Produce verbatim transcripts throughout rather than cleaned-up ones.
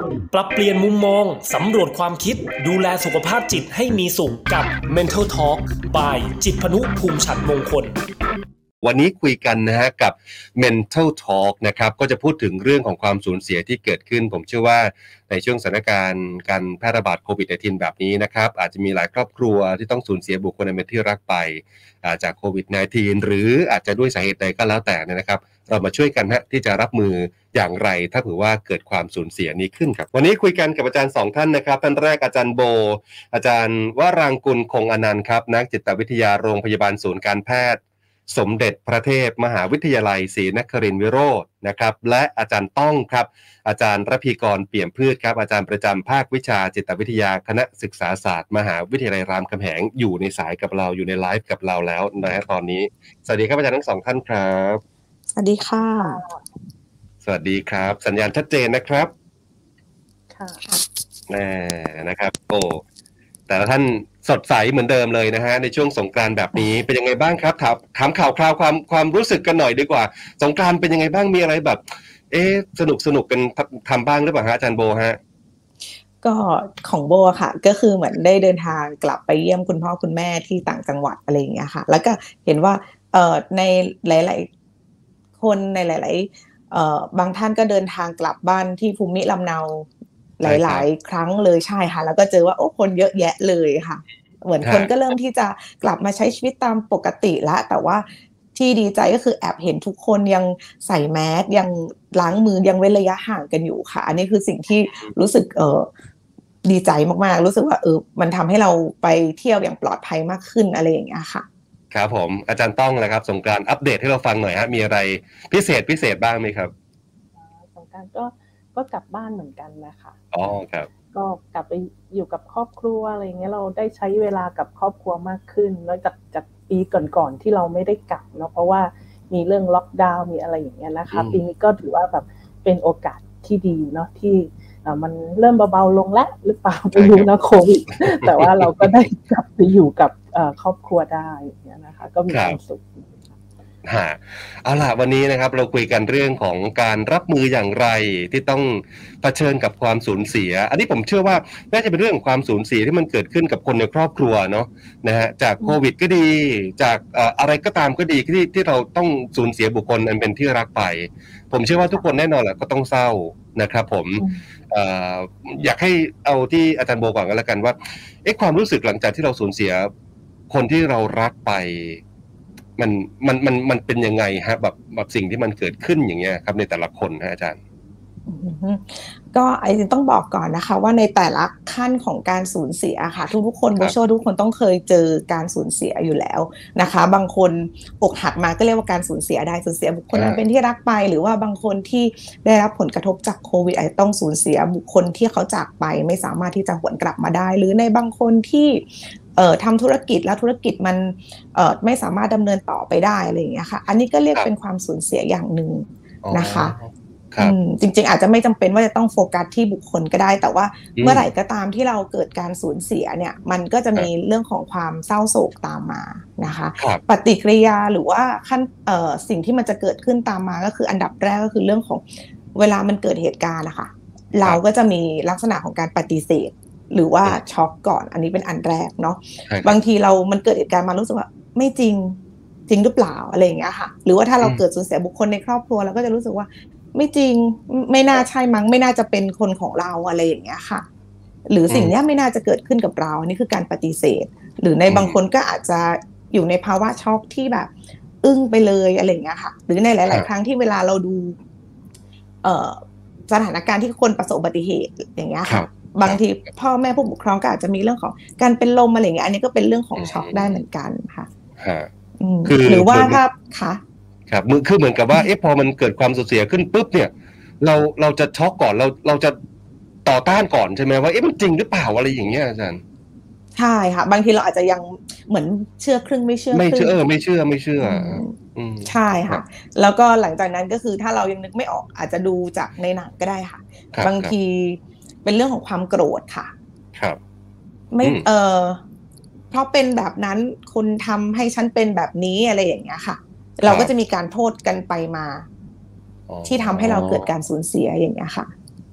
ปรับเปลี่ยนมุมมองสำรวจความคิดดูแลสุขภาพจิตให้มีสุขกับ Mental Talk by จิตรพนุภูมิฉัตรมงคลวันนี้คุยกันนะฮะกับ Mental Talk นะครับก็จะพูดถึงเรื่องของความสูญเสียที่เกิดขึ้นผมเชื่อว่าในช่วงสถานการณ์การแพร่ระบาดโควิด สิบเก้า แบบนี้นะครับอาจจะมีหลายครอบครัวที่ต้องสูญเสียบุคคลอันเป็นที่รักไปจากโควิด สิบเก้า หรืออาจจะด้วยสาเหตุใดก็แล้วแต่นะครับเรามาช่วยกันฮะที่จะรับมืออย่างไรถ้าเผื่อว่าเกิดความสูญเสียนี้ขึ้นครับวันนี้คุยกันกับอาจารย์สองท่านนะครับท่านแรกอาจารย์โบอาจารย์วรังกุลคงอนันต์ครับนักจิตวิทยาโรงพยาบาลศูนย์การแพทย์สมเด็จพระเทพมหาวิทยาลัยศรีนครินทรวิโรจน์นะครับและอาจารย์ต้องครับอาจารย์ระพีกรเปี่ยมพืชครับอาจารย์ประจำภาควิชาจิตวิทยาคณะศึกษาศาสตร์มหาวิทยาลัยรามคำแหงอยู่ในสายกับเราอยู่ในไลฟ์กับเราแล้วนะฮะตอนนี้สวัสดีครับอาจารย์ทั้งสองท่านครับสวัสดีค่ะสวัสดีครับสัญญาณชัดเจนนะครับค่ะแน่นะครับโอ้แต่ละท่านสดใสเหมือนเดิมเลยนะฮะในช่วงสงกรานต์แบบนี้เป็นยังไงบ้างครับถามถามข่าวคราวความความรู้สึกกันหน่อยดีกว่าสงกรานต์เป็นยังไงบ้างมีอะไรแบบเอ๊ะสนุกสนุกกันทำบ้างหรือเปล่าฮะอาจารย์โบฮะก็ของโบค่ะก็คือเหมือนได้เดินทางกลับไปเยี่ยมคุณพ่อคุณแม่ที่ต่างจังหวัดอะไรอย่างเงี้ยค่ะแล้วก็เห็นว่าเอ่อในหลายๆคนในหลายๆเอ่อบางท่านก็เดินทางกลับบ้านที่ภูมิลำเนาหลายๆครั้งเลยใช่ค่ะแล้วก็เจอว่าโอ้คนเยอะแยะเลยค่ะเหมือนคนก็เริ่มที่จะกลับมาใช้ชีวิตตามปกติแล้วแต่ว่าที่ดีใจก็คือแอบเห็นทุกคนยังใส่แมสยังล้างมือยังเว้นระยะห่างกันอยู่ค่ะอันนี้คือสิ่งที่รู้สึกเออดีใจมากๆรู้สึกว่าเออมันทำให้เราไปเที่ยวอย่างปลอดภัยมากขึ้นอะไรอย่างเงี้ยค่ะครับผมอาจารย์ต้องเลยครับสงกรานต์อัปเดตให้เราฟังหน่อยฮะมีอะไรพิเศษพิเศษบ้างไหมครับสงกรานต์ก็ก็กลับบ้านเหมือนกันนะคะอ๋อครับก็กลับไปอยู่กับครอบครัวอะไรเงี้ยเราได้ใช้เวลากับครอบครัวมากขึ้นแล้วจากจากปีก่อนๆที่เราไม่ได้กลับเนาะเพราะว่ามีเรื่องล็อกดาวน์มีอะไรอย่างเงี้ยนะคะปีนี้ก็ถือว่าแบบเป็นโอกาสที่ดีเนาะที่มันเริ่มเบาๆลงแล้วหรือเปล่าไม่รู้นะโควิดแต่ว่าเราก็ได้กลับไปอยู่กับครอบครัวได้เนี่ยนะคะก็มีความสุขฮะเอาล่ะวันนี้นะครับเราคุยกันเรื่องของการรับมืออย่างไรที่ต้องเผชิญกับความสูญเสียอันนี้ผมเชื่อว่าน่าจะเป็นเรื่องของความสูญเสียที่มันเกิดขึ้นกับคนในครอบครัวเนาะนะฮะจากโควิดก็ดีจากอะไรก็ตามก็ดีที่ที่เราต้องสูญเสียบุคคลอันเป็นที่รักไปผมเชื่อว่าทุกคนแน่นอนแหละก็ต้องเศร้านะครับผมเอ่ออยากให้เอาที่อาจารย์โบก่อนก็แล้วกันว่าเอ๊ะความรู้สึกหลังจากที่เราสูญเสียคนที่เรารักไปมันมันมันมันเป็นยังไงฮะแบบแบบสิ่งที่มันเกิดขึ้นอย่างเงี้ยครับในแต่ละคนฮะอาจารย์ก็ไอ้ต้องบอกก่อนนะคะว่าในแต่ละขั้นของการสูญเสียค่ะทุกๆคนโบเชื่อทุกคนต้องเคยเจอการสูญเสียอยู่แล้วนะคะบางคนอกหักมาก็เรียกว่าการสูญเสียได้สูญเสียบุคคลนั้นเป็นที่รักไปหรือว่าบางคนที่ได้รับผลกระทบจากโควิดอาจจะต้องสูญเสียบุคคลที่เขาจากไปไม่สามารถที่จะหวนกลับมาได้หรือในบางคนที่เอ่อทำธุรกิจแล้วธุรกิจมันเอ่อไม่สามารถดำเนินต่อไปได้อะไรอย่างเงี้ยค่ะอันนี้ก็เรียกเป็นความสูญเสียอย่างหนึ่งนะคะจริงๆอาจจะไม่จำเป็นว่าจะต้องโฟกัสที่บุคคลก็ได้แต่ว่าเมื่อไหร่ก็ตามที่เราเกิดการสูญเสียเนี่ยมันก็จะมีเรื่องของความเศร้าโศกตามมานะคะปฏิกิริยาหรือว่าขั้นเอ่อสิ่งที่มันจะเกิดขึ้นตามมาก็คืออันดับแรกก็คือเรื่องของเวลามันเกิดเหตุการณ์นะคะเราก็จะมีลักษณะของการปฏิเสธหรือว่าช็อกก่อนอันนี้เป็นอันแรกเนาะบางทีเรามันเกิดเหตุการณ์มารู้สึกว่าไม่จริงจริงหรือเปล่าอะไรอย่างเงี้ยค่ะหรือว่าถ้าเราเกิดสูญเสียบุคคลในครอบครัวเราก็จะรู้สึกว่าไม่จริงไม่น่าใช่มั้งไม่น่าจะเป็นคนของเราอะไรอย่างเงี้ยค่ะหรือสิ่งนี้ไม่น่าจะเกิดขึ้นกับเราอันนี้คือการปฏิเสธหรือในบางคนก็อาจจะอยู่ในภาวะช็อกที่แบบอึ้งไปเลยอะไรอย่างเงี้ยค่ะหรือในหลายๆครั้งที่เวลาเราดูเอ่อสถานการณ์ที่คนประสบอุบัติเหตุอย่างเงี้ยค่ะบางทีพ่อแม่ผู้ปกครองก็อาจจะมีเรื่องของการเป็นลมอะไรอย่างเงี้ยอันนี้ก็เป็นเรื่องของช็อกได้เหมือนกันค่ะหรือว่าถ้าค่ะครับมือคือเหมือนกับว่าเอ๊ะพอมันเกิดความสูญเสียขึ้นปุ๊บเนี่ยเราเราจะช็อกก่อนเราเราจะต่อต้านก่อนใช่ไหมว่าเอ๊ะมันจริงหรือเปล่าอะไรอย่างเงี้ยอาจารย์ใช่ค่ะบางทีเราอาจจะยังเหมือนเชื่อครึ่งไม่เชื่อครึ่งไม่เชื่อไม่เชื่อไม่เชื่อใช่ค่ะแล้วก็หลังจากนั้นก็คือถ้าเรายังนึกไม่ออกอาจจะดูจากในหนังก็ได้ค่ะบางทีเป็นเรื่องของความโกรธค่ะครับไม่เออเพราะเป็นแบบนั้นคุณทำให้ฉันเป็นแบบนี้อะไรอย่างเงี้ยค่ะเราก็จะมีการโทษกันไปมาที่ทำให้เราเกิดการสูญเสียอย่างเงี้ยค่ะ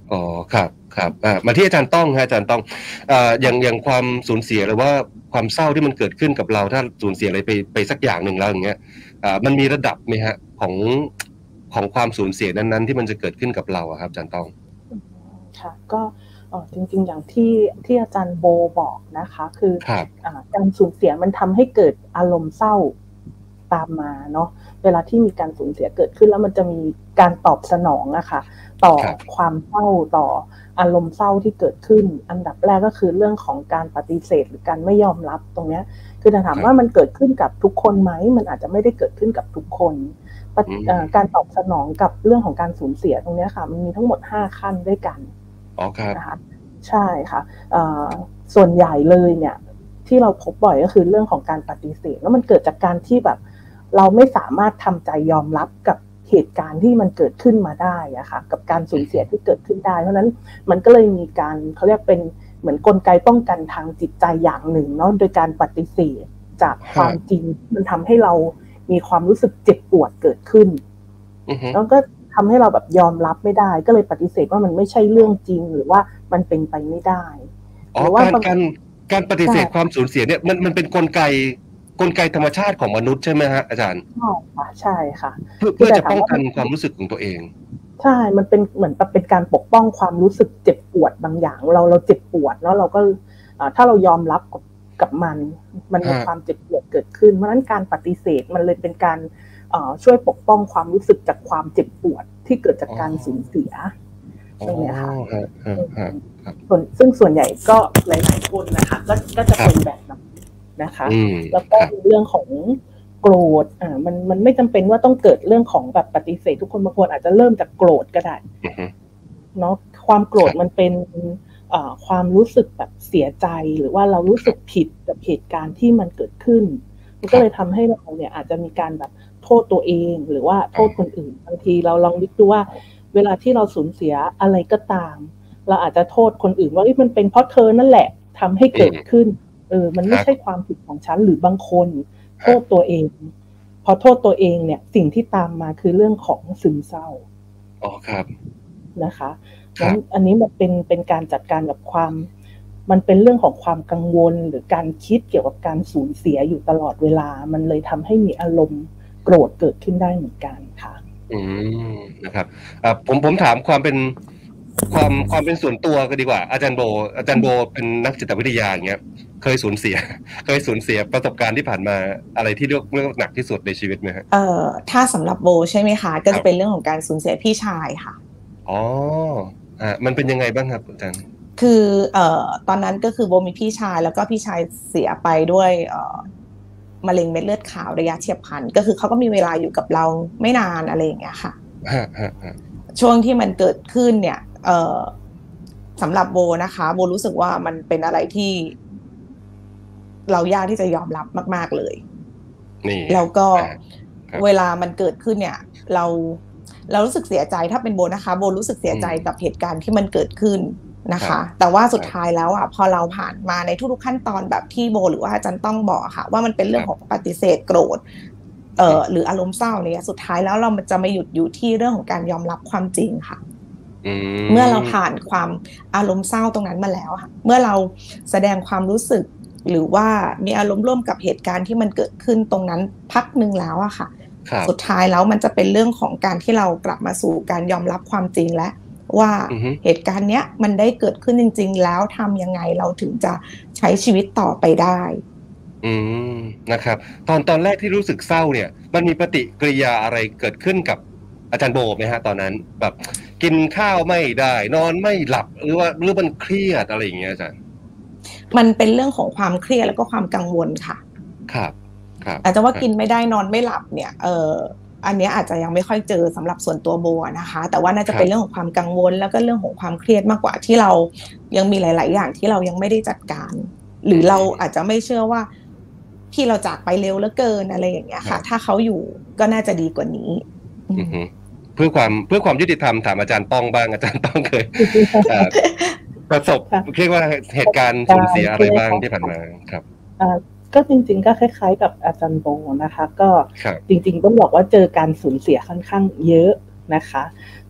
อ๋อครับครับอ่ามาที่อาจารย์ต้องฮะอาจารย์ต้องอ่าอย่างอย่างความสูญเสียหรือว่าความเศร้าที่มันเกิดขึ้นกับเราถ้าสูญเสียอะไรไปไปสักอย่างหนึ่งแล้วอย่างเงี้ยอ่ามันมีระดับไหมฮะของของความสูญเสียนั้นๆที่มันจะเกิดขึ้นกับเราอะครับอาจารย์ต้องค่ะก็จริงๆอย่างที่ที่อาจารย์โบบอกนะคะคือการสูญเสียมันทำให้เกิดอารมณ์เศร้าตามมาเนาะเวลาที่มีการสูญเสียเกิดขึ้นแล้วมันจะมีการตอบสนองอะค่ะต่อความเศร้าต่ออารมณ์เศร้าที่เกิดขึ้นอันดับแรกก็คือเรื่องของการปฏิเสธหรือการไม่ยอมรับตรงนี้คือถามว่ามันเกิดขึ้นกับทุกคนไหมมันอาจจะไม่ได้เกิดขึ้นกับทุกคนการตอบสนองกับเรื่องของการสูญเสียตรงนี้ค่ะมันมีทั้งหมดห้าขั้นด้วยกันอ๋อครับนะคะใช่ค่ะส่วนใหญ่เลยเนี่ยที่เราพบบ่อยก็คือเรื่องของการปฏิเสธแล้วมันเกิดจากการที่แบบเราไม่สามารถทำใจยอมรับกับเหตุการณ์ที่มันเกิดขึ้นมาได้อะค่ะกับการสูญเสียที่เกิดขึ้นได้เพราะนั้นมันก็เลยมีการเขาเรียกเป็นเหมือนกลไกป้องกันทางจิตใจอย่างหนึ่งเนาะโดยการปฏิเสธจากความจริงมันทำให้เรามีความรู้สึกเจ็บปวดเกิดขึ้นแล้วก็ทำให้เราแบบยอมรับไม่ได้ก็เลยปฏิเสธว่ามันไม่ใช่เรื่องจริงหรือว่ามันเป็นไปไม่ได้อ๋อการการการปฏิเสธความสูญเสียเนี่ยมันมันเป็นกลไกกลไกธรรมชาติของมนุษย์ใช่ไหมฮะอาจารย์ใช่ค่ะใช่ค่ะเพื่อเพื่อจะป้องกันความรู้สึกของตัวเองใช่มันเป็นเหมือนเป็นการปกป้องความรู้สึกเจ็บปวดบางอย่างเราเราเจ็บปวดแล้วเราก็ถ้าเรายอมรับกับมันมันมีความเจ็บปวดเกิดขึ้นเพราะฉะนั้นการปฏิเสธมันเลยเป็นการช่วยปกป้องความรู้สึกจากความเจ็บปวดที่เกิดจากการสูญเสียตรงนี้ค่ะส่วนซึ่งส่วนใหญ่ก็หลายๆคนนะคะก็ก็จะเป็นแบบนั้นนะคะแล้วก็เรื่องของโกรธอ่ามันมันไม่จำเป็นว่าต้องเกิดเรื่องของแบบปฏิเสธทุกคนบางคนอาจจะเริ่มจากโกรธก็ได้เนาะความโกรธมันเป็นความรู้สึกแบบเสียใจหรือว่าเรารู้สึกผิดกับเหตุการณ์ที่มันเกิดขึ้นมันก็เลยทำให้เราเนี่ยอาจจะมีการแบบโทษตัวเองหรือว่าโทษคนอื่นบางทีเราลองนึกดูว่าเวลาที่เราสูญเสียอะไรก็ตามเราอาจจะโทษคนอื่นว่ามันเป็นเพราะเธอนั่นแหละทำให้เกิดขึ้นเออมันไม่ใช่ความผิดของฉันหรือบางคนโทษตัวเองพอโทษตัวเองเนี่ยสิ่งที่ตามมาคือเรื่องของซึมเศร้าอ๋อครับนะคะงั้นอันนี้มันเป็นเป็นการจัดการกับความมันเป็นเรื่องของความกังวลหรือการคิดเกี่ยวกับการสูญเสียอยู่ตลอดเวลามันเลยทำให้มีอารมณ์โกรธเกิดขึ้นได้เหมือนกันค่ะอืมนะครับอ่าผมผมถามความเป็นความความเป็นส่วนตัวก็ดีกว่าอาจารย์โบอาจารย์โบเป็นนักจิตวิทยาอย่างเงี้ยเคยสูญเสียเคยสูญเสียประสบการณ์ที่ผ่านมาอะไรที่เรียกเรื่องหนักที่สุดในชีวิตไหมฮะเอ่อถ้าสำหรับโบใช่ไหมคะก็จะเป็นเรื่องของการสูญเสียพี่ชายค่ะอ๋ออ่ามันเป็นยังไงบ้างครับอาจารย์คือเอ่อตอนนั้นก็คือโบมีพี่ชายแล้วก็พี่ชายเสียไปด้วยเอ่อมะเร็งเม็ดเลือดขาวระยะเฉียบพลันก็คือเขาก็มีเวลาอยู่กับเราไม่นานอะไรอย่างเงี้ยค่ะช่วงที่มันเกิดขึ้นเนี่ยเอ่อสำหรับโบนะคะโบรู้สึกว่ามันเป็นอะไรที่เรายากที่จะยอมรับมากๆเลยแล้วก็เวลามันเกิดขึ้นเนี่ยเราเรารู้สึกเสียใจถ้าเป็นโบนะคะโบรู้สึกเสียใจกับเหตุการณ์ที่มันเกิดขึ้นนะคะแต่ว่าสุดท้ายแล้วอ่ะพอเราผ่านมาในทุกๆขั้นตอนแบบที่โบหรือว่าอาจารย์ต้องบอกค่ะว่ามันเป็นเรื่องของปฏิเสธโกรธเอ่อหรืออารมณ์เศร้าเนี่ยสุดท้ายแล้วเราจะไม่หยุดอยู่ที่เรื่องของการยอมรับความจริงค่ะเมื่อเราผ่านความอารมณ์เศร้าตรงนั้นมาแล้วค่ะเมื่อเราแสดงความรู้สึกหรือว่ามีอารมณ์ร่วมกับเหตุการณ์ที่มันเกิดขึ้นตรงนั้นพักนึงแล้วอะค่ะสุดท้ายแล้วมันจะเป็นเรื่องของการที่เรากลับมาสู่การยอมรับความจริงและว่า uh-huh. เหตุการณ์เนี้ยมันได้เกิดขึ้นจริงๆแล้วทำยังไงเราถึงจะใช้ชีวิตต่อไปได้อืมนะครับตอนตอนแรกที่รู้สึกเศร้าเนี่ยมันมีปฏิกิริยาอะไรเกิดขึ้นกับอาจารย์โบไหมฮะตอนนั้นแบบกินข้าวไม่ได้นอนไม่หลับหรือว่าหรือมันเครียดอะไรอย่างเงี้ยอาจารย์มันเป็นเรื่องของความเครียดแล้วก็ความกังวลค่ะครับครับอาจจะว่ากินไม่ได้นอนไม่หลับเนี่ยเอออันนี้อาจจะยังไม่ค่อยเจอสำหรับส่วนตัวโบนะคะแต่ว่าน่าจะเป็นเรื่องของความกังวลแล้วก็เรื่องของความเครียดมากกว่าที่เรายังมีหลายๆอย่างที่เรายังไม่ได้จัดการหรือเราอาจจะไม่เชื่อว่าพี่เราจากไปเร็วเหลือเกินอะไรอย่างเงี้ยค่ะถ้าเขาอยู่ก็น่าจะดีกว่านี้เพื่อความเพื่อความยุติธรรมถามอาจารย์ป้องบ้างอาจารย์ป้องเคยประสบเรียกว่าเหตุการณ์สูญเสียอะไรบ้างที่ผ่านมาครับก็จริงๆก็คล้ายๆกับอาจารย์โบนะคะก็จริงๆต้องบอกว่าเจอการสูญเสียค่อนข้างเยอะนะคะ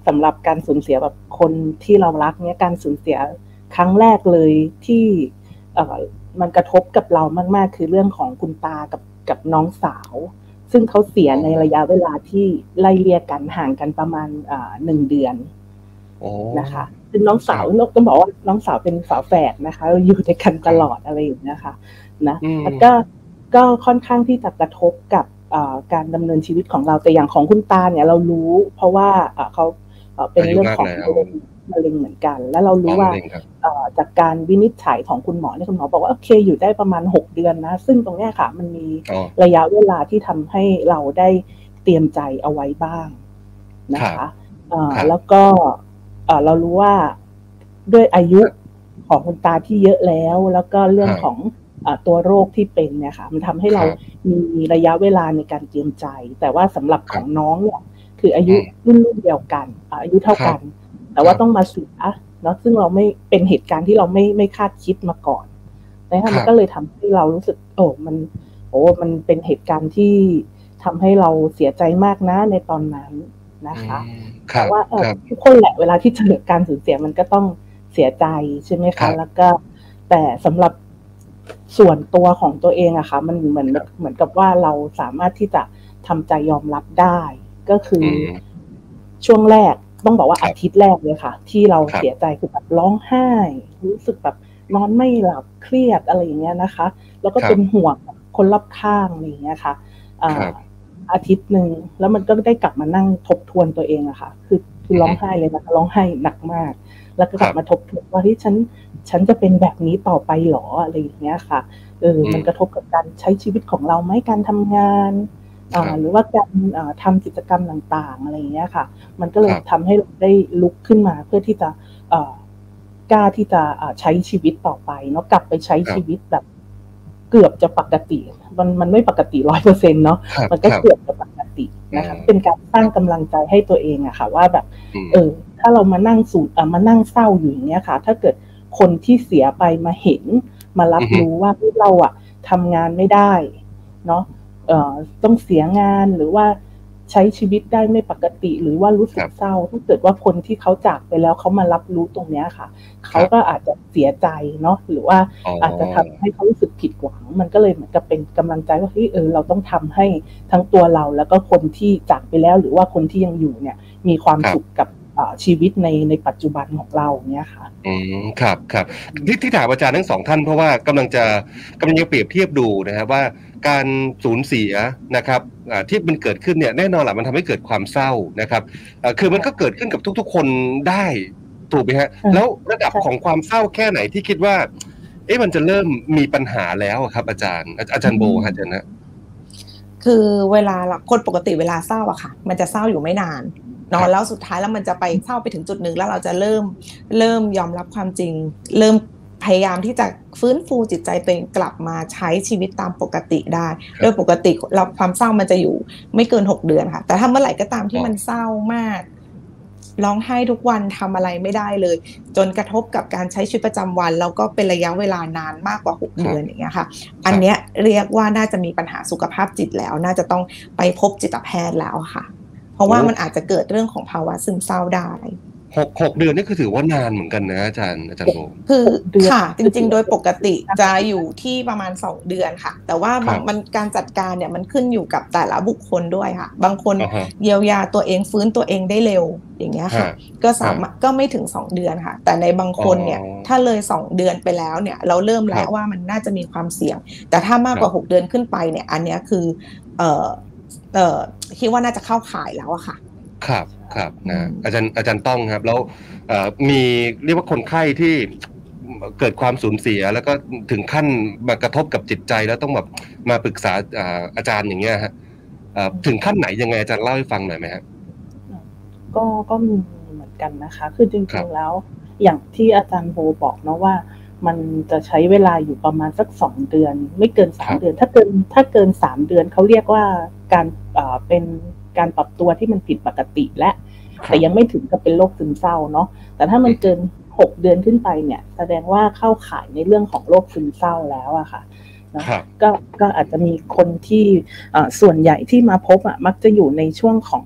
สำหรับการสูญเสียแบบคนที่เรารักเนี่ยการสูญเสียครั้งแรกเลยที่เอ่อมันกระทบกับเรามากๆคือเรื่องของคุณตากับกับน้องสาวซึ่งเขาเสียในระยะเวลาที่ไล่เลี่ยกันห่างกันประมาณอ่าหนึ่งเดือนนะคะซึ่งน้องสาวต้องบอกว่าน้องสาวเป็นฝาแฝดนะคะอยู่ด้วยกันตลอดอะไรอย่างเงี้ยค่ะนะแล้วก็ก็ค่อนข้างที่จะกระทบกับการดำเนินชีวิตของเราแต่อย่างของคุณตาเนี่ยเรารู้เพราะว่าเขาเป็นเรื่องของมะเร็งเหมือนกันแล้วเรารู้ว่าจากการวินิจฉัยของคุณหมอเนี่ยคุณหมอบอกว่าโอเคอยู่ได้ประมาณหกเดือนนะซึ่งตรงนี้ค่ะมันมีระยะเวลาที่ทำให้เราได้เตรียมใจเอาไว้บ้างนะคะแล้วก็เรารู้ว่าด้วยอายุของคุณตาที่เยอะแล้วแล้วก็เรื่องของตัวโรคที่เป็นเนี่ยค่ะมันทำให้เรามีระยะเวลาในการเตรียมใจแต่ว่าสำหรับของน้องเนี่ยคืออายุรุ่นรุ่นเดียวกันอายุเท่ากันแต่ว่าต้องมาเสียเนาะซึ่งเราไม่เป็นเหตุการณ์ที่เราไม่ไม่คาดคิดมาก่อนนะคะมันก็เลยทำให้เรารู้สึกโอ้มันโอ้มันเป็นเหตุการณ์ที่ทำให้เราเสียใจมากนะในตอนนั้นนะคะแต่ว่าทุกคนแหละเวลาที่เจอการสูญเสียมันก็ต้องเสียใจใช่ไหมคะแล้วก็แต่สำหรับส่วนตัวของตัวเองอะค่ะมันเหมือนเหมือนกับว่าเราสามารถที่จะทำใจยอมรับได้ก็คือช่วงแรกต้องบอกว่าอาทิตย์แรกเลยค่ะที่เราเสียใจคือแบบร้องไห้รู้สึกแบบนอนไม่หลับเครียดอะไรอย่างเงี้ยนะคะแล้วก็เป็นห่วงคนรอบข้างอะไรอย่างเงี้ยค่ะอาทิตย์นึงแล้วมันก็ได้กลับมานั่งทบทวนตัวเองอะค่ะคือคือร้องไห้เลยนะคะร้องไห้หนักมากแล้วก็กลับมาทบทวนว่าที่ฉันฉันจะเป็นแบบนี้ต่อไปหรออะไรอย่างเงี้ยค่ะเออมันกระทบกับการใช้ชีวิตของเราไหมการทำงานอ่าหรือว่าการอ่าทำกิจกรรมต่างๆอะไรอย่างเงี้ยค่ะมันก็เลยทำให้เราได้ลุกขึ้นมาเพื่อที่จะอ่ากล้าที่จะอ่าใช้ชีวิตต่อไปเนาะกลับไปใช้ชีวิตแบบเกือบจะปกติมันมันไม่ปกติ ร้อยเปอร์เซ็นต์ เนาะมันก็เกือบจะปกตินะคะเป็นการสร้างกำลังใจให้ตัวเองอะค่ะว่าแบบเออถ้าเรามานั่งสูดอ่ามานั่งเศร้าอยู่อย่างเงี้ยค่ะถ้าเกิดคนที่เสียไปมาเห็นมารับรู้ว่าเราอะทำงานไม่ได้เนาะเอ่อต้องเสียงานหรือว่าใช้ชีวิตได้ไม่ปกติหรือว่ารู้สึกเศร้าถ้าเกิดว่าคนที่เขาจากไปแล้วเขามารับรู้ตรงเนี้ยค่ะเขาก็อาจจะเสียใจเนาะหรือว่าอาจจะทำให้เขารู้สึกผิดหวังมันก็เลยเหมือนกับเป็นกำลังใจว่าเฮ้ยเออเราต้องทำให้ทั้งตัวเราแล้วก็คนที่จากไปแล้วหรือว่าคนที่ยังอยู่เนี่ยมีความสุขกับชีวิตในในปัจจุบันของเราเนี่ยค่ะอืมครับครับที่ที่ถามอาจารย์ทั้งสองท่านเพราะว่ากำลังจะกำลังจะเปรียบเทียบดูนะครับว่าการสูญเสียนะครับที่มันเกิดขึ้นเนี่ยแน่นอนแหละมันทำให้เกิดความเศร้านะครับคือมันก็เกิดขึ้นกับทุกๆคนได้ถูกไหมฮะแล้วระดับของความเศร้าแค่ไหนที่คิดว่าเอ๊ะมันจะเริ่มมีปัญหาแล้วครับอาจารย์อาจารย์โบฮะอาจารย์นะคือเวลาคนปกติเวลาเศร้าอะค่ะมันจะเศร้าอยู่ไม่นานนอนแล้วสุดท้ายแล้วมันจะไปเศร้าไปถึงจุดนึงแล้วเราจะเริ่มเริ่มยอมรับความจริงเริ่มพยายามที่จะฟื้นฟูจิตใจตัวเองกลับมาใช้ชีวิตตามปกติได้โดยปกติเราความเศร้ามันจะอยู่ไม่เกินหกเดือนค่ะแต่ถ้าเมื่อไหร่ก็ตามที่มันเศร้ามากร้องไห้ทุกวันทำอะไรไม่ได้เลยจนกระทบกับการใช้ชีวิตประจำวันแล้วก็เป็นระยะเวลานานมากกว่าหกเดือนอย่างเงี้ยค่ะอันเนี้ยเรียกว่าน่าจะมีปัญหาสุขภาพจิตแล้วน่าจะต้องไปพบจิตแพทย์แล้วค่ะเพราะว่ามันอาจจะเกิดเรื่องของภาวะซึมเศร้าได้หก หกเดือนนี่คือถือว่านานเหมือนกันนะอาจารย์อาจารย์โบคือค่ะจริงๆโดยปกติจะอยู่ที่ประมาณสองเดือนค่ะแต่ว่ามันการจัดการเนี่ยมันขึ้นอยู่กับแต่ละบุคคลด้วยค่ะบางคนเยียวยาตัวเองฟื้นตัวเองได้เร็วอย่างเงี้ยค่ะก็สามารถก็ไม่ถึงสองเดือนค่ะแต่ในบางคนเนี่ยถ้าเลยสองเดือนไปแล้วเนี่ยเราเริ่มแล้วว่ามันน่าจะมีความเสี่ยงแต่ถ้ามากกว่าหกเดือนขึ้นไปเนี่ยอันเนี้ยคือเอ่อเอ่อคิดว่าน่าจะเข้าข่ายแล้วอะค่ะครับครับนะอาจารย์อาจารย์ต้องครับแล้วมีเรียกว่าคนไข้ที่เกิดความสูญเสียแล้วก็ถึงขั้นมากระทบกับจิตใจแล้วต้องแบบมาปรึกษาอาจารย์อย่างเงี้ยฮะถึงขั้นไหนยังไงอาจารย์เล่าให้ฟังหน่อยไหมครับก็ก็มีเหมือนกันนะคะคือจริงๆแล้วอย่างที่อาจารย์โบบอกเนาะว่ามันจะใช้เวลาอยู่ประมาณสักสองเดือนไม่เกินสามเดือนถ้าเกินถ้าเกินสามเดือนเขาเรียกว่าการเป็นการปรับตัวที่มันผิดปกติและแต่ยังไม่ถึงกับเป็นโรคซึมเศร้าเนาะแต่ถ้ามันเกินหกเดือนขึ้นไปเนี่ยแสดงว่าเข้าข่ายในเรื่องของโรคซึมเศร้าแล้วอะค่ะนะก็ก็อาจจะมีคนที่ส่วนใหญ่ที่มาพบอะมักจะอยู่ในช่วงของ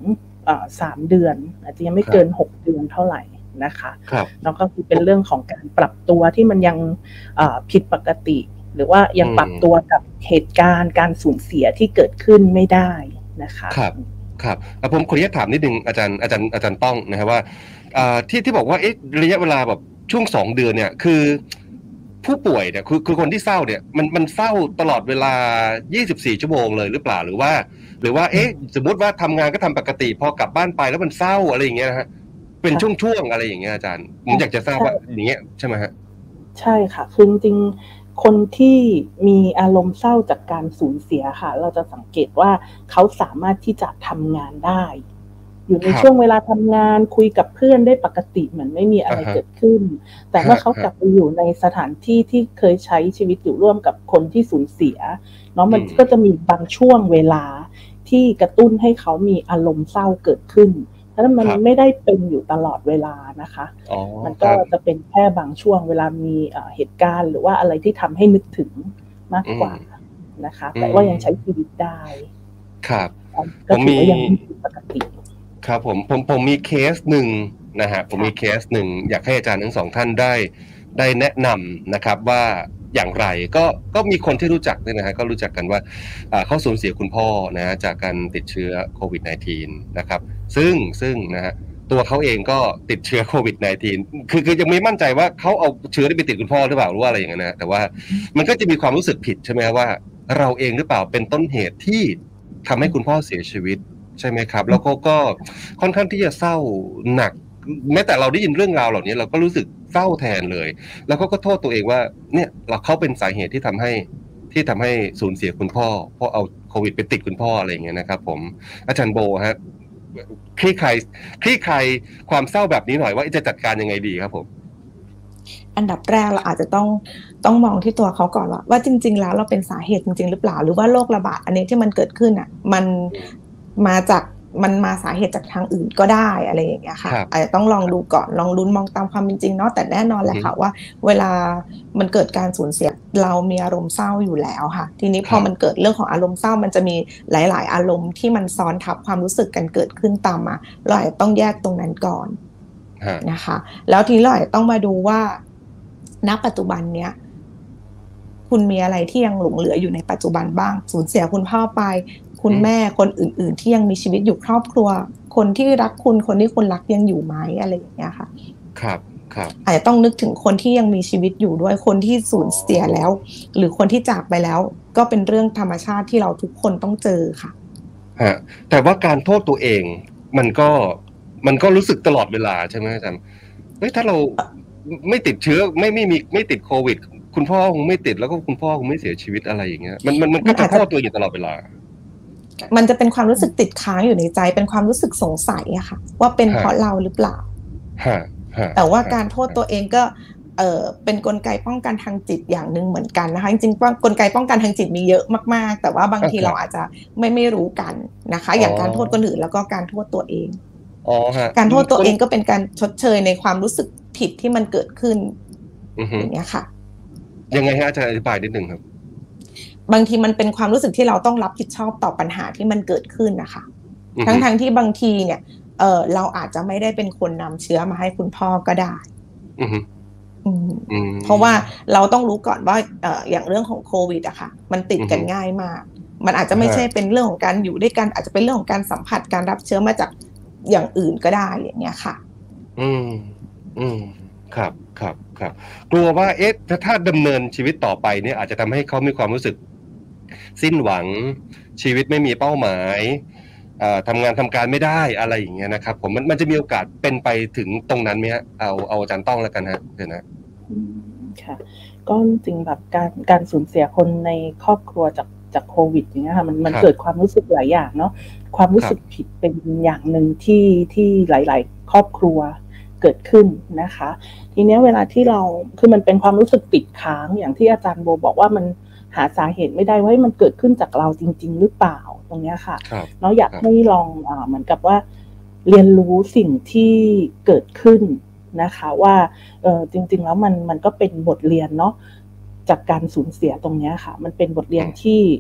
สามเดือนอาจจะยังไม่เกินหกเดือนเท่าไหร่นะคะแล้วก็คือเป็นเรื่องของการปรับตัวที่มันยังผิดปกติหรือว่ายังปรับตัวกับเหตุการณ์การสูญเสียที่เกิดขึ้นไม่ได้นะคะครับครับผมขออนุญาตถามนิดนึงอาจารย์อาจารย์อาจารย์ต้องนะครับว่าที่ที่บอกว่าเอ๊ะระยะเวลาแบบช่วงสองเดือนเนี่ยคือผู้ป่วยเนี่ยคือคือคนที่เศร้าเนี่ยมันมันเศร้าตลอดเวลายี่สิบสี่ชั่วโมงเลยหรือเปล่าหรือว่าหรือว่าเอ๊ะสมมติว่าทำงานก็ทำปกติพอกลับบ้านไปแล้วมันเศร้าอะไรอย่างเงี้ยนะฮะเป็นช่วงๆอะไรอย่างเงี้ยอาจารย์ผมอยากจะทราบว่าอย่างเงี้ยใช่ไหมฮะใช่ค่ะคือจริงๆคนที่มีอารมณ์เศร้าจากการสูญเสียค่ะเราจะสังเกตว่าเขาสามารถที่จะทำงานได้อยู่ในช่วงเวลาทำงานคุยกับเพื่อนได้ปกติเหมือนไม่มีอะไรเกิดขึ้นแต่เมื่อเขากลับไปอยู่ในสถานที่ที่เคยใช้ชีวิตอยู่ร่วมกับคนที่สูญเสียเนาะมันก็จะมีบางช่วงเวลาที่กระตุ้นให้เขามีอารมณ์เศร้าเกิดขึ้นเพราะฉะนั้นมันไม่ได้เป็นอยู่ตลอดเวลานะคะมันก็จะเป็นแค่บางช่วงเวลามีเหตุการณ์หรือว่าอะไรที่ทำให้นึกถึงมากกว่านะคะแต่ว่ายังใช้ชีวิตได้ครับก็ถือว่ายังมีปกติครับผมผมผมมีเคสหนึ่งนะฮะผมมีเคสหนึ่งอยากให้อาจารย์ทั้งสองท่านได้ได้แนะนำนะครับว่าอย่างไรก็ก็มีคนที่รู้จักเนี่ยนะฮะก็รู้จักกันว่าเขาสูญเสียคุณพ่อนะฮะจากการติดเชื้อโควิด สิบเก้า นะครับซึ่งซึ่งนะฮะตัวเขาเองก็ติดเชื้อโควิด สิบเก้า คือคือยังไม่มั่นใจว่าเขาเอาเชื้อที่ไปติดคุณพ่อหรือเปล่าหรือว่าอะไรอย่างเงี้ยนะแต่ว่ามันก็จะมีความรู้สึกผิดใช่ไหมว่าเราเองหรือเปล่าเป็นต้นเหตุที่ทำให้คุณพ่อเสียชีวิตใช่ไหมครับแล้วก็ก็ค่อนข้างที่จะเศร้าหนักแม้แต่เราได้ยินเรื่องราวเหล่านี้เราก็รู้สึกเศร้าแทนเลยแล้วก็ก็โทษตัวเองว่าเนี่ยเราเขาเป็นสาเหตุที่ทำให้ที่ทำให้สูญเสียคุณพ่อเพราะเอาโควิดไปติดคุณพ่ออะไรอย่างเงี้ยนะครับผมอาจารย์โบฮะคลี่คลายคลี่คลายความเศร้าแบบนี้หน่อยว่าจะจัดการยังไงดีครับผมอันดับแรกเราอาจจะต้องต้องมองที่ตัวเขาก่อนว่าว่าจริงๆแล้วเราเป็นสาเหตุจริงๆหรือเปล่าหรือว่าโรคระบาดอันนี้ที่มันเกิดขึ้นอ่ะมันมาจากมันมาสาเหตุจากทางอื่นก็ได้อะไรอย่างเงี้ยค่ะอาจจะต้องลองดูก่อนลองลุ้นมองตามความเป็นจริงเนาะแต่แน่นอนแหละค่ะว่าเวลามันเกิดการสูญเสียเรามีอารมณ์เศร้าอยู่แล้วค่ะทีนี้พอมันเกิดเรื่องของอารมณ์เศร้ามันจะมีหลายๆอารมณ์ที่มันซ้อนทับความรู้สึกกันเกิดขึ้นตามมาเราอาจจะต้องแยกตรงนั้นก่อนนะคะแล้วทีนี้เราอาจจะต้องมาดูว่าณปัจจุบันเนี้ยคุณมีอะไรที่ยังหลงเหลืออยู่ในปัจจุบันบ้างสูญเสียคุณพ่อไปคุณแม่คนอื่นๆที่ยังมีชีวิตอยู่ครอบครัวคนที่รักคุณคนที่คุณรักยังอยู่ไหมอะไรอย่างเงี้ยค่ะครับครับอาจจะต้องนึกถึงคนที่ยังมีชีวิตอยู่ด้วยคนที่สูญเสียแล้วหรือคนที่จากไปแล้วก็เป็นเรื่องธรรมชาติที่เราทุกคนต้องเจอค่ะฮะแต่ว่าการโทษตัวเองมันก็มันก็รู้สึกตลอดเวลาใช่ไหมอาจารย์เฮ้ยถ้าเราไม่ติดเชื้อไม่ไม่มีไม่ติดโควิดคุณพ่อคงไม่ติดแล้วก็คุณพ่อคงไม่เสียชีวิตอะไรอย่างเงี้ยมันมันมันก็จะโทษตัวเองตลอดเวลามันจะเป็นความรู้สึกติดค้างอยู่ในใจเป็นความรู้สึกสงสัยอะค่ะว่าเป็นเพราะเราหรือเปล่าแต่ว่าการโทษตัวเองก็เออเป็นกลไกป้องกันทางจิตอย่างหนึ่งเหมือนกันนะคะจริงๆกลไกป้องกันทางจิตมีเยอะมากๆแต่ว่าบางทีเราอาจจะไม่ไม่รู้กันนะคะอย่างการโทษคนอื่นแล้วก็การโทษตัวเองการโทษตัวเองก็เป็นการชดเชยในความรู้สึกผิดที่มันเกิดขึ้นอย่างเงี้ยค่ะยังไงฮะอาจารย์อธิบายนิดนึงครับบางทีมันเป็นความรู้สึกที่เราต้องรับผิดชอบต่อปัญหาที่มันเกิดขึ้นนะคะทั้งๆ ท, ที่บางทีเนี่ยเออเราอาจจะไม่ได้เป็นคนนำเชื้อมาให้คุณพ่อก็ได้เพราะว่าเราต้องรู้ก่อนว่าเอออย่างเรื่องของโควิดอะค่ะมันติดกันง่ายมากมันอาจจะไม่ใช่เป็นเรื่องของการอยู่ด้วยกันอาจจะเป็นเรื่องของการสัมผัสการรับเชื้อมาจากอย่างอื่นก็ได้อย่างเงี้ยค่ะอืมอืมครับครับครับกลัวว่าเอ๊ะถ้าถ้าดำเนินชีวิตต่อไปเนี่ยอาจจะทำให้เขามีความรู้สึกสิ้นหวังชีวิตไม่มีเป้าหมายทำงานทำการไม่ได้อะไรอย่างเงี้ยนะครับผมมันมันจะมีโอกาสเป็นไปถึงตรงนั้นไหมฮะเอาเอาอาจารย์ต้องแล้วกันฮะเดี๋ยวนะค่ะก็จริงแบบการการสูญเสียคนในครอบครัวจากจากโควิดอย่างเงี้ยค่ะมันมันเกิดความรู้สึกหลายอย่างเนาะความรู้สึกผิดเป็นอย่างหนึ่งที่ที่หลายๆครอบครัวเกิดขึ้นนะคะทีนี้เวลาที่เราคือมันเป็นความรู้สึกติดค้างอย่างที่อาจารย์โบบอกว่ามันหาสาเหตุไม่ได้ว่ามันเกิดขึ้นจากเราจริงๆหรือเปล่าตรงนี้ค่ะเนาะอยากให้ลองอ่าเหมือนกับว่าเรียนรู้สิ่งที่เกิดขึ้นนะคะว่าเออจริงๆแล้วมันมันก็เป็นบทเรียนเนาะจากการสูญเสียตรงนี้ค่ะมันเป็นบทเรียนที่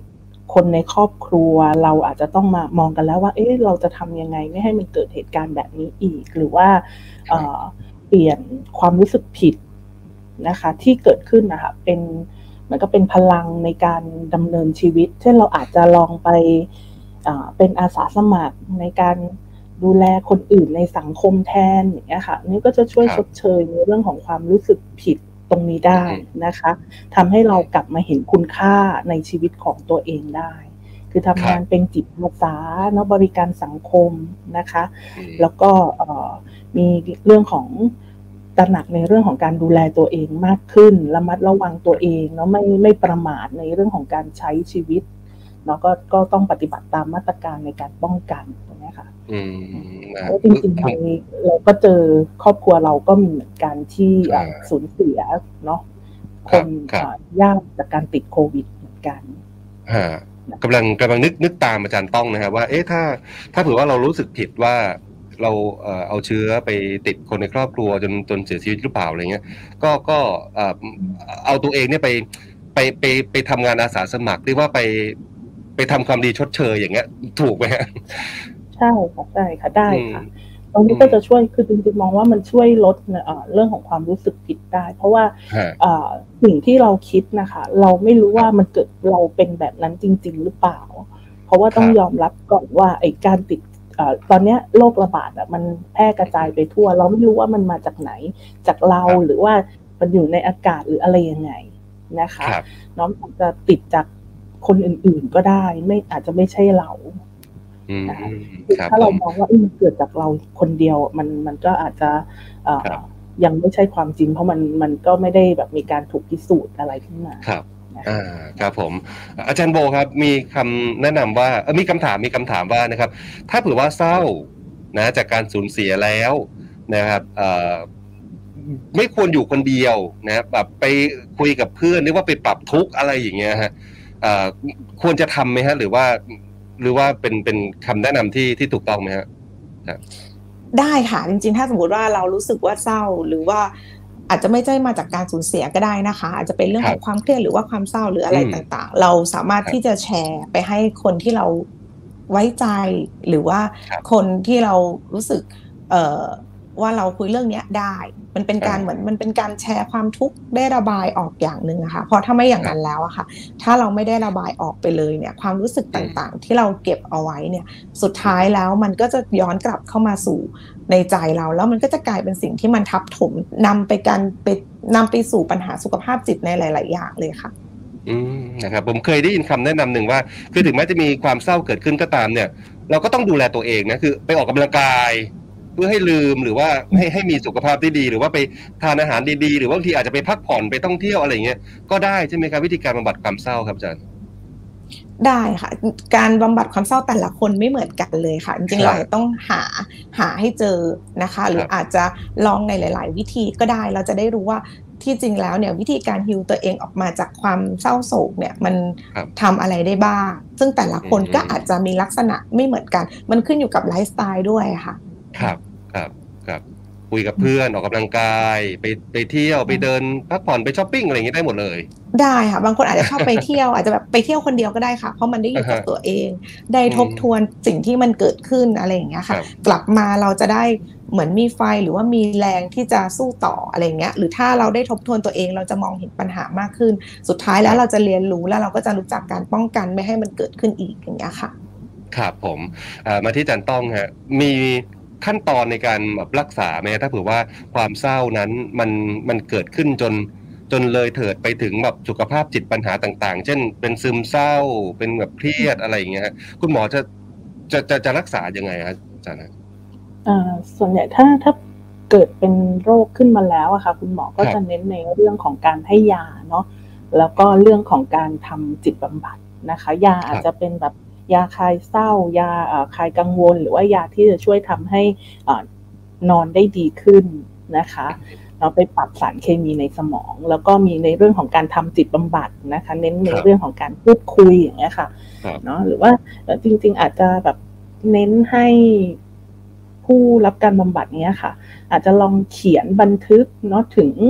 คนในครอบครัวเราอาจจะต้องมามองกันแล้วว่าเอ๊ะเราจะทำยังไงไม่ให้มันเกิดเหตุการณ์แบบนี้อีกหรือว่าเอ่อเปลี่ยนความรู้สึกผิดนะคะที่เกิดขึ้นนะคะเป็นมันก็เป็นพลังในการดำเนินชีวิตเช่นเราอาจจะลองไปเอ่อเป็นอาสาสมัครในการดูแลคนอื่นในสังคมแทนอย่างเงี้ยค่ะนี่ก็จะช่วยชดเชยในเรื่องของความรู้สึกผิดตรงนี้ได้นะคะทำให้เรากลับมาเห็นคุณค่าในชีวิตของตัวเองได้คือทำงานเป็นจิตอาสาเนาะบริการสังคมนะคะแล้วก็มีเรื่องของตระหนักในเรื่องของการดูแลตัวเองมากขึ้นระมัดระวังตัวเองเนาะไม่ไม่ประมาทในเรื่องของการใช้ชีวิตเนาะก็ก็ต้องปฏิบัติตามมาตรการในการป้องกันนะคะอืมเพราะจริงๆในเราก็เจอครอบครัวเราก็มีเหมือนกันที่สูญเสียเนาะคนยากจากการติดโควิดเหมือนกันกำลังกำลังนึกนึกตามอาจารย์ต้องนะครับว่าเอ๊ะถ้าถ้าเผื่อว่าเรารู้สึกผิดว่าเราเอ่อเอาเชื้อไปติดคนในครอบครัวจนจนเสียชีวิตหรือเปล่าอะไรเงี้ยก็ก็เอ่อเอาตัวเองเนี่ยไปไปไปไปทำงานอาสาสมัครหรือว่าไปไปทำความดีชดเชยอย่างเงี้ยถูกไหมฮะใช่ค่ะใช่ค่ะได้ค่ะตรงนี้ก็จะช่วยคือจริงๆมองว่ามันช่วยลดเรื่องของความรู้สึกผิดได้เพราะว่าสิ่งที่เราคิดนะคะเราไม่รู้ว่ามันเกิดเราเป็นแบบนั้นจริงๆหรือเปล่าเพราะว่าต้องยอมรับก่อนว่าไอ้การติดตอนนี้โรคระบาดอ่ะมันแพร่กระจายไปทั่วเราไม่รู้ว่ามันมาจากไหนจากเราหรือว่ามันอยู่ในอากาศหรืออะไรยังไงนะคะน้องอาจจะติดจากคนอื่นๆก็ได้ไม่อาจจะไม่ใช่เราถ้าเรามองว่ามันเกิดจากเราคนเดียวมันมันก็อาจจะยังไม่ใช่ความจริงเพราะมันมันก็ไม่ได้แบบมีการถูกพิสูจน์อะไรขึ้นมาครับอ่าครับผมอาจารย์โบครับมีคำแนะนำว่าเออมีคำถามมีคำถามว่านะครับถ้าเผื่อว่าเศร้านะจากการสูญเสียแล้วนะครับเอ่อไม่ควรอยู่คนเดียวนะแบบไปคุยกับเพื่อนหรือว่าไปปรับทุกข์อะไรอย่างเงี้ยฮะเอ่อควรจะทำไหมฮะหรือว่าหรือว่าเป็นเป็นคำแนะนำที่ที่ถูกต้องไหมฮะได้ค่ะจริงๆถ้าสมมติว่าเรารู้สึกว่าเศร้าหรือว่าอาจจะไม่ใช่มาจากการสูญเสียก็ได้นะคะอาจจะเป็นเรื่องของความเครียดหรือว่าความเศร้าหรืออะไรต่างๆเราสามารถที่จะแชร์ไปให้คนที่เราไว้ใจหรือว่าคนที่เรารู้สึกเอ่อว่าเราคุยเรื่องนี้ได้มันเป็นการเหมือนมันเป็นการแชร์ความทุกข์ได้ระบายออกอย่างนึงนะคะเพราะถ้าไม่อย่างนั้นแล้วอะค่ะถ้าเราไม่ได้ระบายออกไปเลยเนี่ยความรู้สึกต่างๆที่เราเก็บเอาไว้เนี่ยสุดท้ายแล้วมันก็จะย้อนกลับเข้ามาสู่ในใจเราแล้วมันก็จะกลายเป็นสิ่งที่มันทับถมนำไปการไปนำไปสู่ปัญหาสุขภาพจิตในหลายๆอย่างเลยค่ะอืมนะครับผมเคยได้ยินคำแนะนำหนึ่งว่าคือถึงแม้จะมีความเศร้าเกิดขึ้นก็ตามเนี่ยเราก็ต้องดูแลตัวเองนะคือไปออกกำลังกายเพื่อให้ลืมหรือว่าให้ให้มีสุขภาพที่ดีหรือว่าไปทานอาหารดีๆหรือว่าบางทีอาจจะไปพักผ่อนไปท่องเที่ยวอะไรอย่างเงี้ยก็ได้ใช่ไหมครับวิธีการบำบัดความเศร้าครับอาจารย์ได้ค่ะการบำบัดความเศร้าแต่ละคนไม่เหมือนกันเลยค่ะจริงๆเราต้องหาหาให้เจอนะคะหรืออาจจะลองในหลายๆวิธีก็ได้เราจะได้รู้ว่าที่จริงแล้วเนี่ยวิธีการฮีลตัวเองออกมาจากความเศร้าโศกเนี่ยมันทำอะไรได้บ้างซึ่งแต่ละคนก็อาจจะมีลักษณะไม่เหมือนกันมันขึ้นอยู่กับไลฟ์สไตล์ด้วยค่ะครับครับครับคุยกับเพื่อนออกกำลังกายไปไปเที่ยวไปเดินพักผ่อนไปช้อปปิ้งอะไรอย่างนี้ได้หมดเลยได้ค่ะบางคนอาจจะชอบไปเที่ยวอาจจะแบบไปเที่ยวคนเดียวก็ได้ค่ะเพราะมันได้อยู่กับตัวเองได้ทบทวนสิ่งที่มันเกิดขึ้นอะไรอย่างเงี้ยค่ะกลับมาเราจะได้เหมือนมีไฟหรือว่ามีแรงที่จะสู้ต่ออะไรเงี้ยหรือถ้าเราได้ทบทวนตัวเองเราจะมองเห็นปัญหามากขึ้นสุดท้ายแล้วเราจะเรียนรู้แล้วเราก็จะรู้จักการป้องกันไม่ให้มันเกิดขึ้นอีกอย่างเงี้ยค่ะครับผมมาที่อาจารย์ต้องฮะมีขั้นตอนในการแบบรักษาไหมถ้าเผื่อว่าความเศร้านั้นมันมันเกิดขึ้นจนจนเลยเถิดไปถึงแบบสุขภาพจิตปัญหาต่างๆเช่นเป็นซึมเศร้าเป็นแบบเครียดอะไรอย่างเงี้ยคุณหมอจะจะจะจะรักษายังไงครับอาจารย์นะอ่าส่วนใหญ่ถ้าถ้าเกิดเป็นโรคขึ้นมาแล้วอะค่ะคุณหมอก็จะเน้นในเรื่องของการให้ยาเนาะแล้วก็เรื่องของการทำจิตบำบัดนะคะยาอาจจะเป็นแบบยาคลายเศร้ายาคลายกังวลหรือว่ายาที่จะช่วยทำให้นอนได้ดีขึ้นนะคะเราไปปรับสารเคมีในสมองแล้วก็มีในเรื่องของการทำจิตบำบัดนะคะเน้นในเรื่องของการพูดคุยอย่างเงี้ยค่ะเนาะหรือว่าจริงๆอาจจะแบบเน้นให้ผู้รับการบำบัดเนี้ยค่ะอาจจะลองเขียนบันทึกเนาะถึง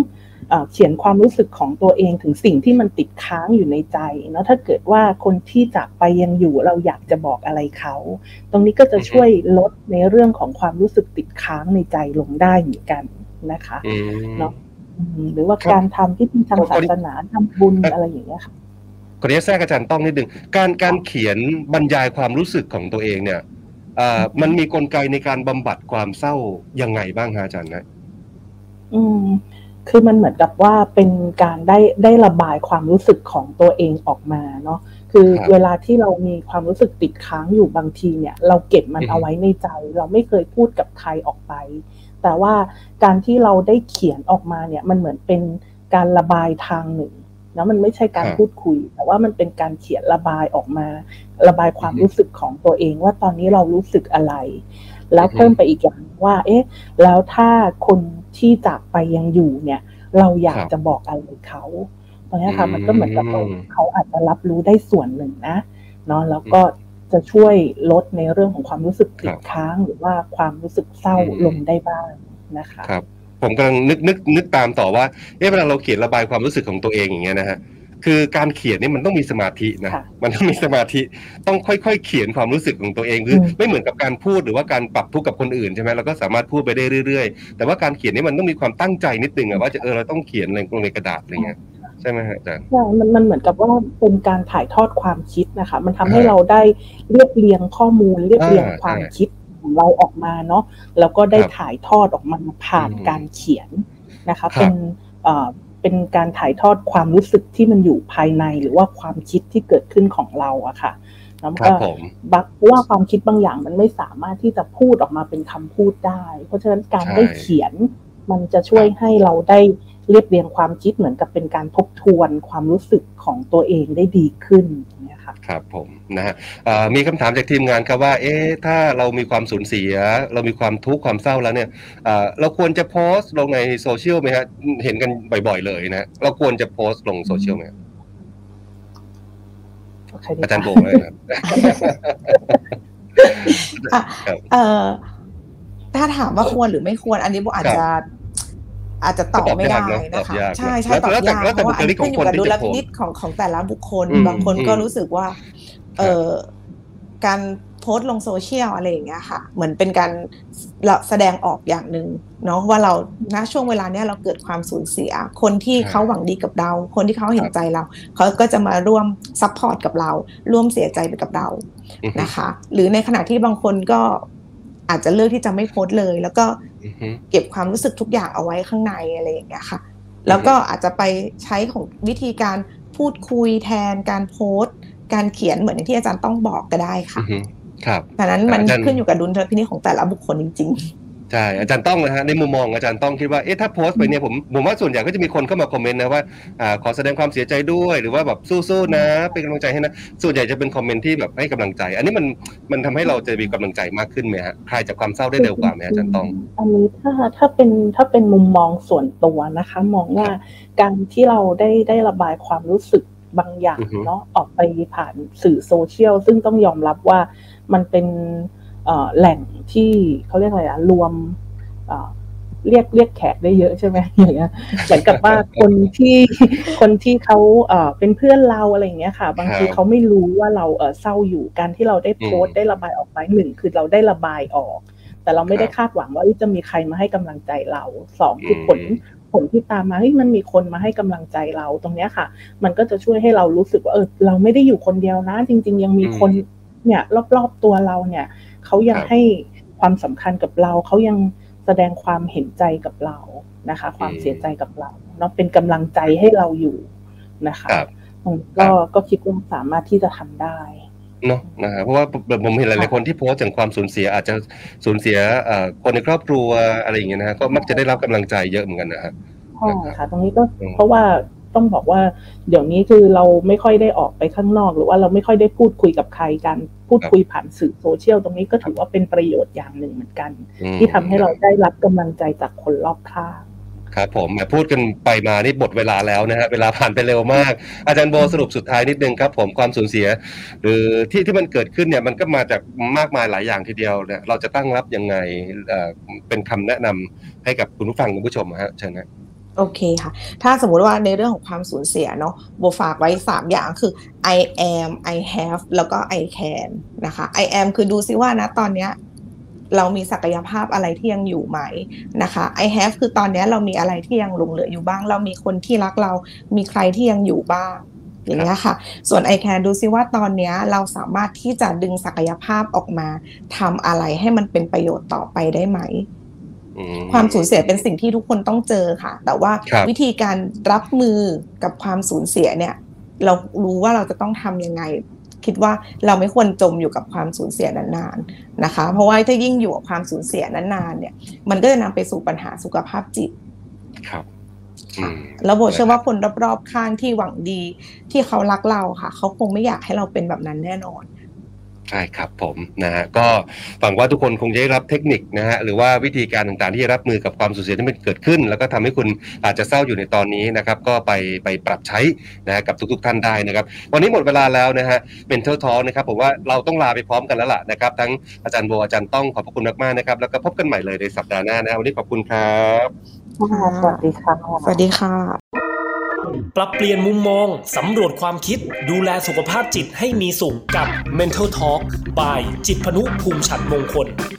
เขียนความรู้สึกของตัวเองถึงสิ่งที่มันติดค้างอยู่ในใจเนาะถ้าเกิดว่าคนที่จากไปยังอยู่เราอยากจะบอกอะไรเขาตรงนี้ก็จะช่วยลดในเรื่องของความรู้สึกติดค้างในใจลงได้เหมือนกันนะคะเนาะหรือว่าการทำพิธีทางศาสนาทำบุญอะไรอย่างเงี้ยค่ะขออนุญาตแทรกอาจารย์ต้องนิดนึงการการเขียนบรรยายความรู้สึกของตัวเองเนี่ยมันมีกลไกในการบำบัดความเศร้ายังไงบ้างฮะอาจารย์นะอืมคือมันเหมือนกับว่าเป็นการได้ได้ระบายความรู้สึกของตัวเองออกมาเนาะคือเวลาที่เรามีความรู้สึกติดค้างอยู่บางทีเนี่ยเราเก็บมันเอาไว้ในใจเราไม่เคยพูดกับใครออกไปแต่ว่าการที่เราได้เขียนออกมาเนี่ยมันเหมือนเป็นการระบายทางหนึ่งนะมันไม่ใช่การพูดคุยแต่ว่ามันเป็นการเขียนระบายออกมาระบายความรู้สึกของตัวเองว่าตอนนี้เรารู้สึกอะไรแล้วเพิ่มไปอีกอย่างว่าเอ๊ะแล้วถ้าคนที่จากไปยังอยู่เนี่ยเราอยากจะบอกอะไรเขาตอนนี้ค่ะมันก็เหมือนกับเขาอาจจะรับรู้ได้ส่วนหนึ่งนะเนาะแล้วก็จะช่วยลดในเรื่องของความรู้สึกติดค้างหรือว่าความรู้สึกเศร้าลงได้บ้างนะคะครับผมกำลังนึกนึกนึกตามต่อว่าเอ๊ะเวลาเราเขียนระบายความรู้สึกของตัวเองอย่างเงี้ยนะฮะคือการเขียนนี่มันต้องมีสมาธินะมันต้องมีสมาธิต้องค่อยๆเขียนความรู้สึกของตัวเองคือไม่เหมือนกับการพูดหรือว่าการปรับทุกข์กับคนอื่นใช่ไหมเราก็สามารถพูดไปได้เรื่อยๆแต่ว่าการเขียนนี่มันต้องมีความตั้งใจนิดนึงอะว่าจะเออเราต้องเขียนลงในกระดาษอะไรเงี้ยใช่ไหมฮะอาจารย์ใช่มันมันเหมือนกับว่าเป็นการถ่ายทอดความคิดนะคะมันทำให้เราได้เรียบเรียงข้อมูลเรียบเรียงความคิดของเราออกมาเนาะแล้วก็ได้ถ่ายทอดออกมาผ่านการเขียนนะคะเป็นเอ่อเป็นการถ่ายทอดความรู้สึกที่มันอยู่ภายในหรือว่าความคิดที่เกิดขึ้นของเราอะค่ะแล้วก็บักว่าความคิดบางอย่างมันไม่สามารถที่จะพูดออกมาเป็นคำพูดได้เพราะฉะนั้นการได้เขียนมันจะช่วยให้เราได้เรียบเรียงความคิดเหมือนกับเป็นการทบทวนความรู้สึกของตัวเองได้ดีขึ้นนะคะครับผมนะฮะมีคำถามจากทีมงานครับว่าเอ๊ะถ้าเรามีความสูญเสียเรามีความทุกข์ความเศร้าแล้วเนี่ยเราควรจะโพสต์ลงในโซเชียลไหมฮะเห็นกันบ่อยๆเลยนะเราควรจะโพสต์ลงโซเชียลไหมอาจารย์โบเลยครับเอ่อถ้าถามว่าควรหรือไม่ควรอันนี้โบอาจจะอาจจะตอบไม่ได้นะคะใช่ใช่ตอบยากเพราะว่าอันนี้ขึ้นอยู่กับดุลพินิจของของแต่ละบุคคลบางคนก็รู้สึกว่าเอ่อการโพสต์ลงโซเชียลอะไรอย่างเงี้ยค่ะเหมือนเป็นการแสดงออกอย่างนึงเนาะว่าเราณช่วงเวลาเนี้ยเราเกิดความสูญเสียคนที่เขาหวังดีกับเราคนที่เขาเห็นใจเราเขาก็จะมาร่วมซัพพอร์ตกับเราร่วมเสียใจไปกับเรานะคะหรือในขณะที่บางคนก็อาจจะเลือกที่จะไม่โพสต์เลยแล้วก็เก็บความรู้สึกทุกอย่างเอาไว้ข้างในอะไรอย่างเงี้ยค่ะแล้วก็อาจจะไปใช้ของวิธีการพูดคุยแทนการโพสต์การเขียนเหมือนที่อาจารย์ต้องบอกก็ได้ค่ะครับดังนั้นมันขึ้นอยู่กับดุลพินิจของแต่ละบุคคลจริงๆใช่อาจารย์ต้องนะฮะในมุมมองอาจารย์ต้องคิดว่าเอ๊ะถ้าโพสต์ไปเนี่ยผมผมว่าส่วนใหญ่ก็จะมีคนเข้ามาคอมเมนต์นะว่าอ่าขอแสดงความเสียใจด้วยหรือว่าแบบสู้ๆนะเป็นกำลังใจให้นะส่วนใหญ่จะเป็นคอมเมนต์ที่แบบให้กำลังใจอันนี้มันมันทำให้เราจะมีกำลังใจมากขึ้นไหมฮะคลายจากความเศร้าได้เร็วกว่าไหมอาจารย์ต้องอันนี้ถ้าถ้าเป็นถ้าเป็นมุมมองส่วนตัวนะคะมองว่าการที่เราได้ได้ระบายความรู้สึกบางอย่างเนาะออกไปผ่านสื่อโซเชียลซึ่งต้องยอมรับว่ามันเป็นแหล่งที่เขาเรียกอะไรอะรวมเรียกเรียกแขกได้เยอะใช่ไหมอย่างเงี้ยเหมือนกับว่าคนที่คนที่เขาเป็นเพื่อนเราอะไรอย่างเงี้ยค่ะบางทีเขาไม่รู้ว่าเราเศร้าอยู่การที่เราได้โพสต์ได้ระบายออกไปหนึ่งคือเราได้ระบายออกแต่เราไม่ได้คาดหวังว่าจะมีใครมาให้กำลังใจเราสองคือผลผลที่ตามมาเฮ้ยมันมีคนมาให้กำลังใจเราตรงเนี้ยค่ะมันก็จะช่วยให้เรารู้สึกว่าเออเราไม่ได้อยู่คนเดียวนะจริงๆยังมีคนเนี่ยรอบๆตัวเราเนี่ยเขายังให้ความสำคัญกับเราเขายังแสดงความเห็นใจกับเรานะคะความเสียใจกับเราเนาะเป็นกำลังใจให้เราอยู่นะคะก็ก็คิดว่าสามารถที่จะทำได้เนาะนะฮะเพราะว่าผมเห็นหลายๆคนที่โพสต์ถึงความสูญเสียอาจจะสูญเสียคนในครอบครัวอะไรอย่างเงี้ยนะฮะก็มักจะได้รับกำลังใจเยอะเหมือนกันนะฮะใช่ค่ะตรงนี้ก็เพราะว่าต้องบอกว่าเดี๋ยวนี้คือเราไม่ค่อยได้ออกไปข้างนอกหรือว่าเราไม่ค่อยได้พูดคุยกับใครกันพูดคุยผ่านสื่อโซเชียลตรงนี้ก็ถือว่าเป็นประโยชน์อย่างหนึ่งเหมือนกันที่ทำให้เราได้รับกำลังใจจากคนรอบข้างครับผมมาพูดกันไปมานี่หมดเวลาแล้วนะฮะเวลาผ่านไปเร็วมากอาจารย์โบสรุปสุดท้ายนิดนึงครับผมความสูญเสียหรือที่ที่มันเกิดขึ้นเนี่ยมันก็มาจากมากมายหลายอย่างทีเดียวเนี่ยเราจะตั้งรับยังไงเป็นคำแนะนำให้กับคุณผู้ฟังคุณผู้ชมฮะเชิญนะโโอเคค่ะถ้าสมมุติว่าในเรื่องของความสูญเสียเนาะโบฝากไว้สามอย่างคือ I am I have แล้วก็ I can นะคะ I am คือดูซิว่าณตอนเนี้ยเรามีศักยภาพอะไรที่ยังอยู่ไหมนะคะ I have คือตอนเนี้ยเรามีอะไรที่ยังหลงเหลืออยู่บ้างเรามีคนที่รักเรามีใครที่ยังอยู่บ้างอย่างเงี้ยค่ะส่วน I can ดูซิว่าตอนเนี้ยเราสามารถที่จะดึงศักยภาพออกมาทำอะไรให้มันเป็นประโยชน์ต่อไปได้ไหมความสูญเสียเป็นสิ่งที่ทุกคนต้องเจอค่ะแต่ว่าวิธีการรับมือกับความสูญเสียเนี่ยเรารู้ว่าเราจะต้องทำยังไงคิดว่าเราไม่ควรจมอยู่กับความสูญเสียนานๆนะคะเพราะว่าถ้ายิ่งอยู่กับความสูญเสียนานๆเนี่ยมันก็จะนำไปสู่ปัญหาสุขภาพจิตครับแล้วโบเชื่อว่าคนรอบๆข้างที่หวังดีที่เขารักเราค่ะเขาคงไม่อยากให้เราเป็นแบบนั้นแน่นอนใช่ครับผมนะฮะก็หวังว่าทุกคนคงจะได้รับเทคนิคนะฮะหรือว่าวิธีการต่างๆที่จะรับมือกับความสูญเสียที่มันเกิดขึ้นแล้วก็ทำให้คุณอาจจะเศร้าอยู่ในตอนนี้นะครับก็ไปไปปรับใช้นะฮะกับทุกๆท่านได้นะครับวันนี้หมดเวลาแล้วนะฮะ Mental Talk นะครับผมว่าเราต้องลาไปพร้อมกันแล้วล่ะนะครับทั้งอาจารย์โบอาจารย์ต้องขอบพระคุณมากๆนะครับแล้วก็พบกันใหม่เลยในสัปดาห์หน้านะวันนี้ขอบคุณครับสวัสดีค่ะสวัสดีค่ะปรับเปลี่ยนมุมมองสำรวจความคิดดูแลสุขภาพจิตให้มีสุขกับ Mental Talk by จิตรพนุภูมิฉันท์มงคล